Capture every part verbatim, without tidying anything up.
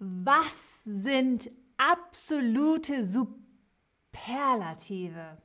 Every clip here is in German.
Was sind absolute Superlative?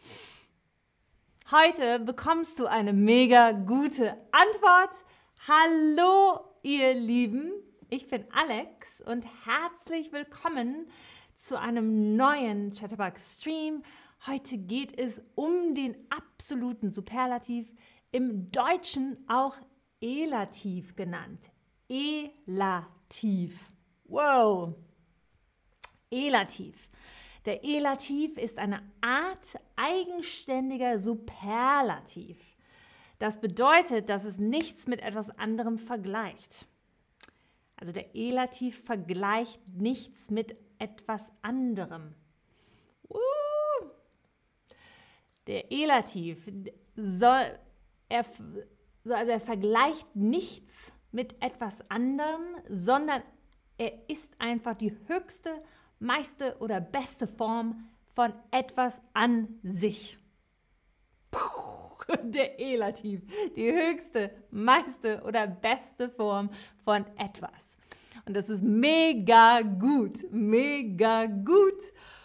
Heute bekommst du eine mega gute Antwort. Hallo ihr Lieben, ich bin Alex und herzlich willkommen zu einem neuen Chatterbox Stream. Heute geht es um den absoluten Superlativ, im Deutschen auch Elativ genannt. Elativ. Wow. Elativ. Der Elativ ist eine Art eigenständiger Superlativ. Das bedeutet, dass es nichts mit etwas anderem vergleicht. Also der Elativ vergleicht nichts mit etwas anderem. Uh. Der Elativ soll, er, also er vergleicht nichts mit etwas anderem, sondern er ist einfach die höchste, meiste oder beste Form von etwas an sich. Puh, der Elativ, die höchste, meiste oder beste Form von etwas. Und das ist mega gut, mega gut.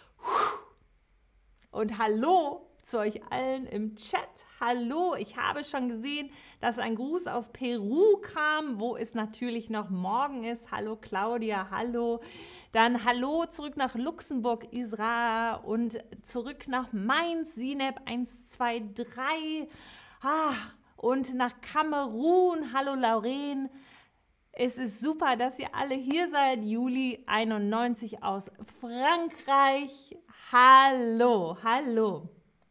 Und hallo zu euch allen im Chat. Hallo, ich habe schon gesehen, dass ein Gruß aus Peru kam, wo es natürlich noch morgen ist. Hallo Claudia, hallo. Dann hallo zurück nach Luxemburg, Isra, und zurück nach Mainz, Sineb eins zwei drei. Ah, und nach Kamerun, hallo Lauren. Es ist super, dass ihr alle hier seid. Juli einundneunzig aus Frankreich. Hallo, hallo.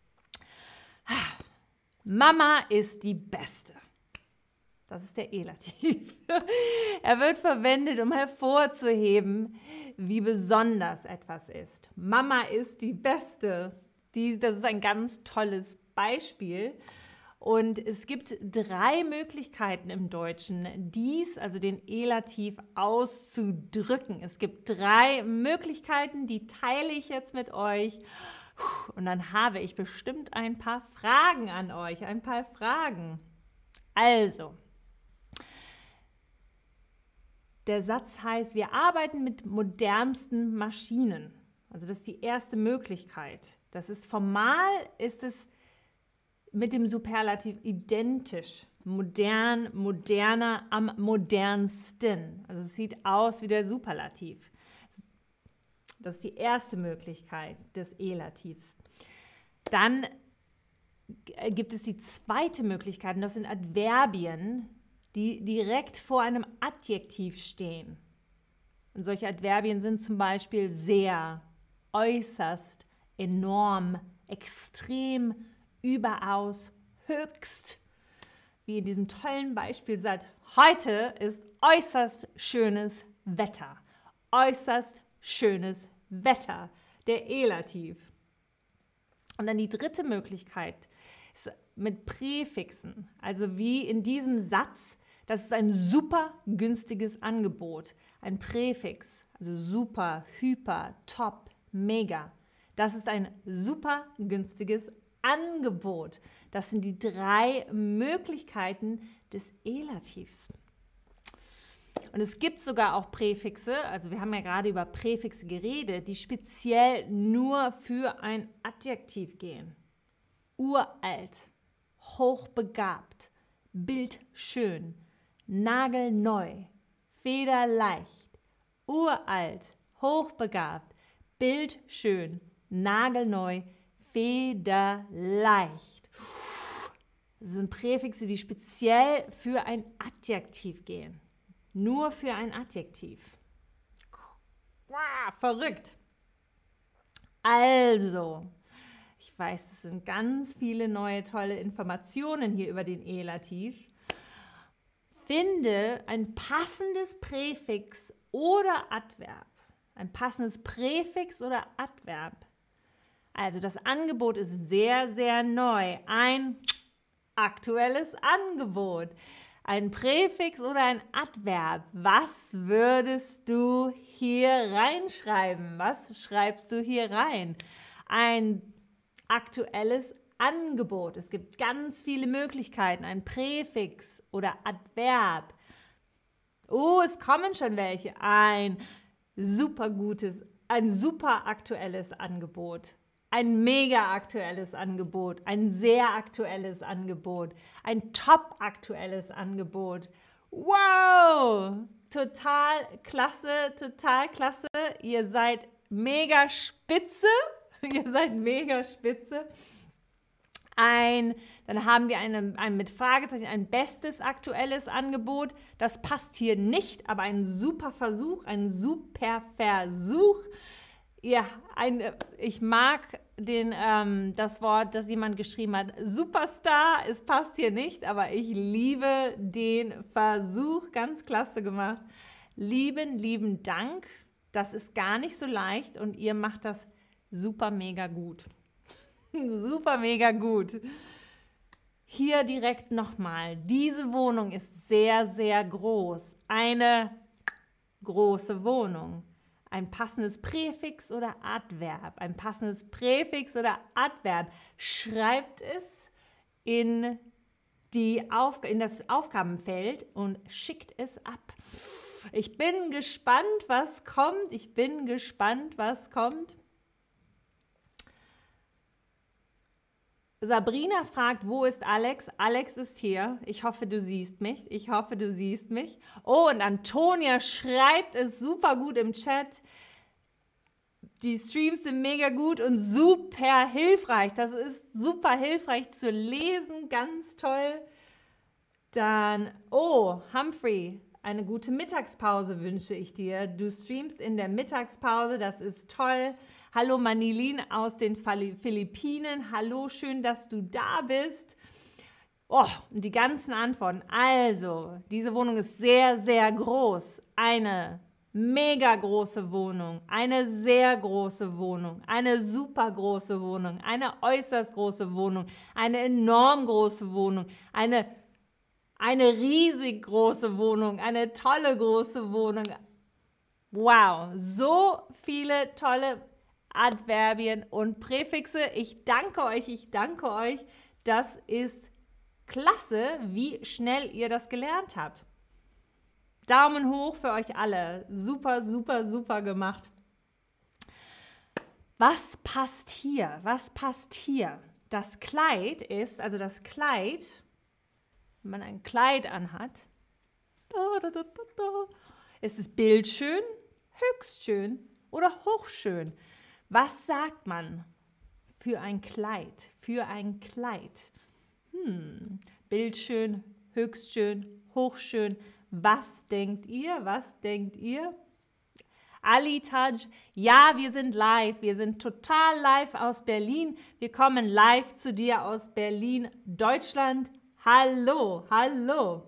Mama ist die Beste. Das ist der Elativ. Er wird verwendet, um hervorzuheben, wie besonders etwas ist. Mama ist die Beste. Dies, das ist ein ganz tolles Beispiel. Und es gibt drei Möglichkeiten im Deutschen, dies, also den Elativ, auszudrücken. Es gibt drei Möglichkeiten, die teile ich jetzt mit euch. Und dann habe ich bestimmt ein paar Fragen an euch, ein paar Fragen. Also, der Satz heißt, wir arbeiten mit modernsten Maschinen. Also das ist die erste Möglichkeit. Das ist formal, ist es mit dem Superlativ identisch. Modern, moderner, am modernsten. Also es sieht aus wie der Superlativ. Das ist die erste Möglichkeit des Elativs. Dann gibt es die zweite Möglichkeit, und das sind Adverbien, die direkt vor einem Adjektiv stehen. Und solche Adverbien sind zum Beispiel sehr, äußerst, enorm, extrem, überaus, höchst. Wie in diesem tollen Beispielsatz, heute ist äußerst schönes Wetter. Äußerst schönes Wetter, der Elativ. Und dann die dritte Möglichkeit ist mit Präfixen, also wie in diesem Satz, das ist ein super günstiges Angebot. Ein Präfix, also super, hyper, top, mega. Das ist ein super günstiges Angebot. Das sind die drei Möglichkeiten des Elativs. Und es gibt sogar auch Präfixe, also wir haben ja gerade über Präfixe geredet, die speziell nur für ein Adjektiv gehen. Uralt, hochbegabt, bildschön, nagelneu, federleicht, uralt, hochbegabt, bildschön, nagelneu, federleicht. Das sind Präfixe, die speziell für ein Adjektiv gehen. Nur für ein Adjektiv. Ah, verrückt. Also, ich weiß, es sind ganz viele neue, tolle Informationen hier über den Elativ. Finde ein passendes Präfix oder Adverb. Ein passendes Präfix oder Adverb. Also, das Angebot ist sehr, sehr neu. Ein aktuelles Angebot. Ein Präfix oder ein Adverb. Was würdest du hier reinschreiben? Was schreibst du hier rein? Ein aktuelles Angebot. Es gibt ganz viele Möglichkeiten. Ein Präfix oder Adverb. Oh, es kommen schon welche. Ein super gutes, ein super aktuelles Angebot, ein mega aktuelles Angebot, ein sehr aktuelles Angebot, ein top aktuelles Angebot. Wow! Total klasse, total klasse. Ihr seid mega spitze. Ihr seid mega spitze. Ein, dann haben wir eine, ein mit Fragezeichen ein bestes aktuelles Angebot. Das passt hier nicht, aber ein super Versuch, ein super Versuch. Ja, ein, ich mag den, ähm, das Wort, das jemand geschrieben hat, Superstar. Es passt hier nicht, aber ich liebe den Versuch. Ganz klasse gemacht. Lieben, lieben Dank. Das ist gar nicht so leicht und ihr macht das super mega gut. Super mega gut. Hier direkt nochmal. Diese Wohnung ist sehr, sehr groß. Eine große Wohnung. Ein passendes Präfix oder Adverb. Ein passendes Präfix oder Adverb. Schreibt es in, die Auf in das Aufgabenfeld und schickt es ab. Ich bin gespannt, was kommt. Ich bin gespannt, was kommt. Sabrina fragt, wo ist Alex? Alex ist hier. Ich hoffe, du siehst mich. Ich hoffe, du siehst mich. Oh, und Antonia schreibt es super gut im Chat. Die Streams sind mega gut und super hilfreich. Das ist super hilfreich zu lesen. Ganz toll. Dann, oh, Humphrey, eine gute Mittagspause wünsche ich dir. Du streamst in der Mittagspause. Das ist toll. Hallo Manilin aus den Philippinen. Hallo, schön, dass du da bist. Oh, und die ganzen Antworten. Also, diese Wohnung ist sehr, sehr groß. Eine mega große Wohnung, eine sehr große Wohnung, eine super große Wohnung, eine äußerst große Wohnung, eine enorm große Wohnung, eine, eine riesig große Wohnung, eine tolle große Wohnung. Wow, so viele tolle Adverbien und Präfixe. Ich danke euch, ich danke euch. Das ist klasse, wie schnell ihr das gelernt habt. Daumen hoch für euch alle. Super, super, super gemacht. Was passt hier? Was passt hier? Das Kleid ist, also das Kleid, wenn man ein Kleid anhat, da, da, da, da, da, ist es bildschön, höchst schön oder hochschön? Was sagt man für ein Kleid? Für ein Kleid. Hm. Bildschön, höchstschön, hochschön. Was denkt ihr? Was denkt ihr? Ali Taj, ja, wir sind live. Wir sind total live aus Berlin. Wir kommen live zu dir aus Berlin, Deutschland. Hallo, hallo.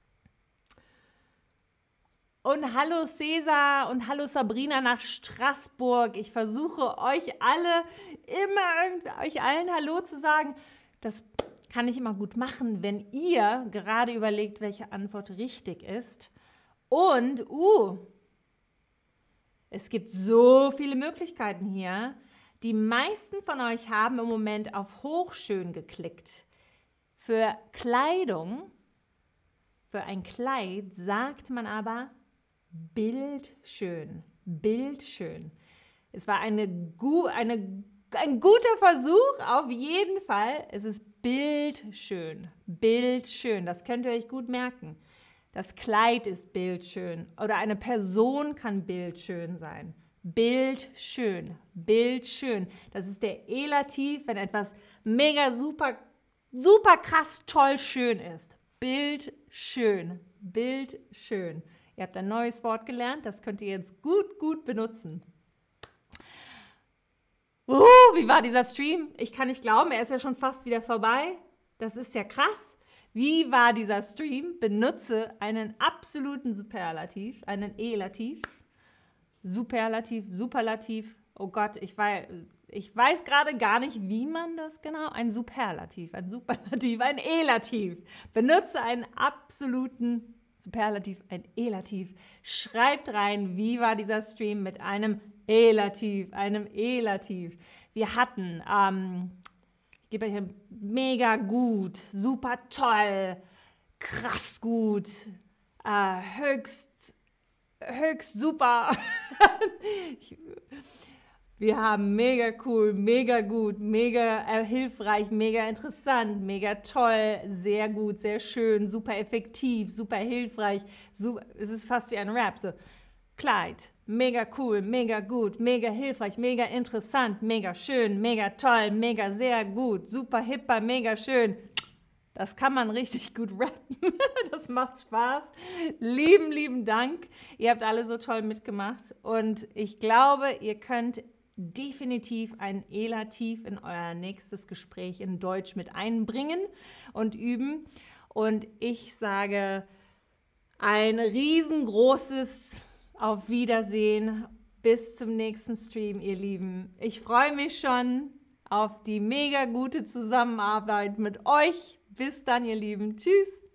Und hallo Cäsar und hallo Sabrina nach Straßburg. Ich versuche euch alle, immer euch allen Hallo zu sagen. Das kann ich immer gut machen, wenn ihr gerade überlegt, welche Antwort richtig ist. Und, uh, es gibt so viele Möglichkeiten hier. Die meisten von euch haben im Moment auf Hochschön geklickt. Für Kleidung, für ein Kleid sagt man aber bildschön, bildschön. Es war eine, gu eine, ein guter Versuch, auf jeden Fall. Es ist bildschön, bildschön. Das könnt ihr euch gut merken. Das Kleid ist bildschön oder eine Person kann bildschön sein. Bildschön, bildschön. Das ist der Elativ, wenn etwas mega super, super krass toll schön ist. Bildschön, bildschön. Ihr habt ein neues Wort gelernt, das könnt ihr jetzt gut, gut benutzen. Uh, wie war dieser Stream? Ich kann nicht glauben, er ist ja schon fast wieder vorbei. Das ist ja krass. Wie war dieser Stream? Benutze einen absoluten Superlativ, einen Elativ. Superlativ, Superlativ. Oh Gott, ich weiß, ich weiß gerade gar nicht, wie man das genau... Ein Superlativ, ein Superlativ, ein Elativ. Benutze einen absoluten Superlativ, ein Elativ. Schreibt rein, wie war dieser Stream mit einem Elativ, einem Elativ. Wir hatten, ähm, ich gebe euch ein mega gut, super toll, krass gut, äh, höchst, höchst super, ich, wir haben mega cool, mega gut, mega äh, hilfreich, mega interessant, mega toll, sehr gut, sehr schön, super effektiv, super hilfreich. Super, es ist fast wie ein Rap. So, Clyde, mega cool, mega gut, mega hilfreich, mega interessant, mega schön, mega toll, mega sehr gut, super hipper, mega schön. Das kann man richtig gut rappen. Das macht Spaß. Lieben, lieben Dank. Ihr habt alle so toll mitgemacht. Und ich glaube, ihr könnt definitiv ein Elativ in euer nächstes Gespräch in Deutsch mit einbringen und üben. Und ich sage ein riesengroßes Auf Wiedersehen. Bis zum nächsten Stream, ihr Lieben. Ich freue mich schon auf die mega gute Zusammenarbeit mit euch. Bis dann, ihr Lieben. Tschüss.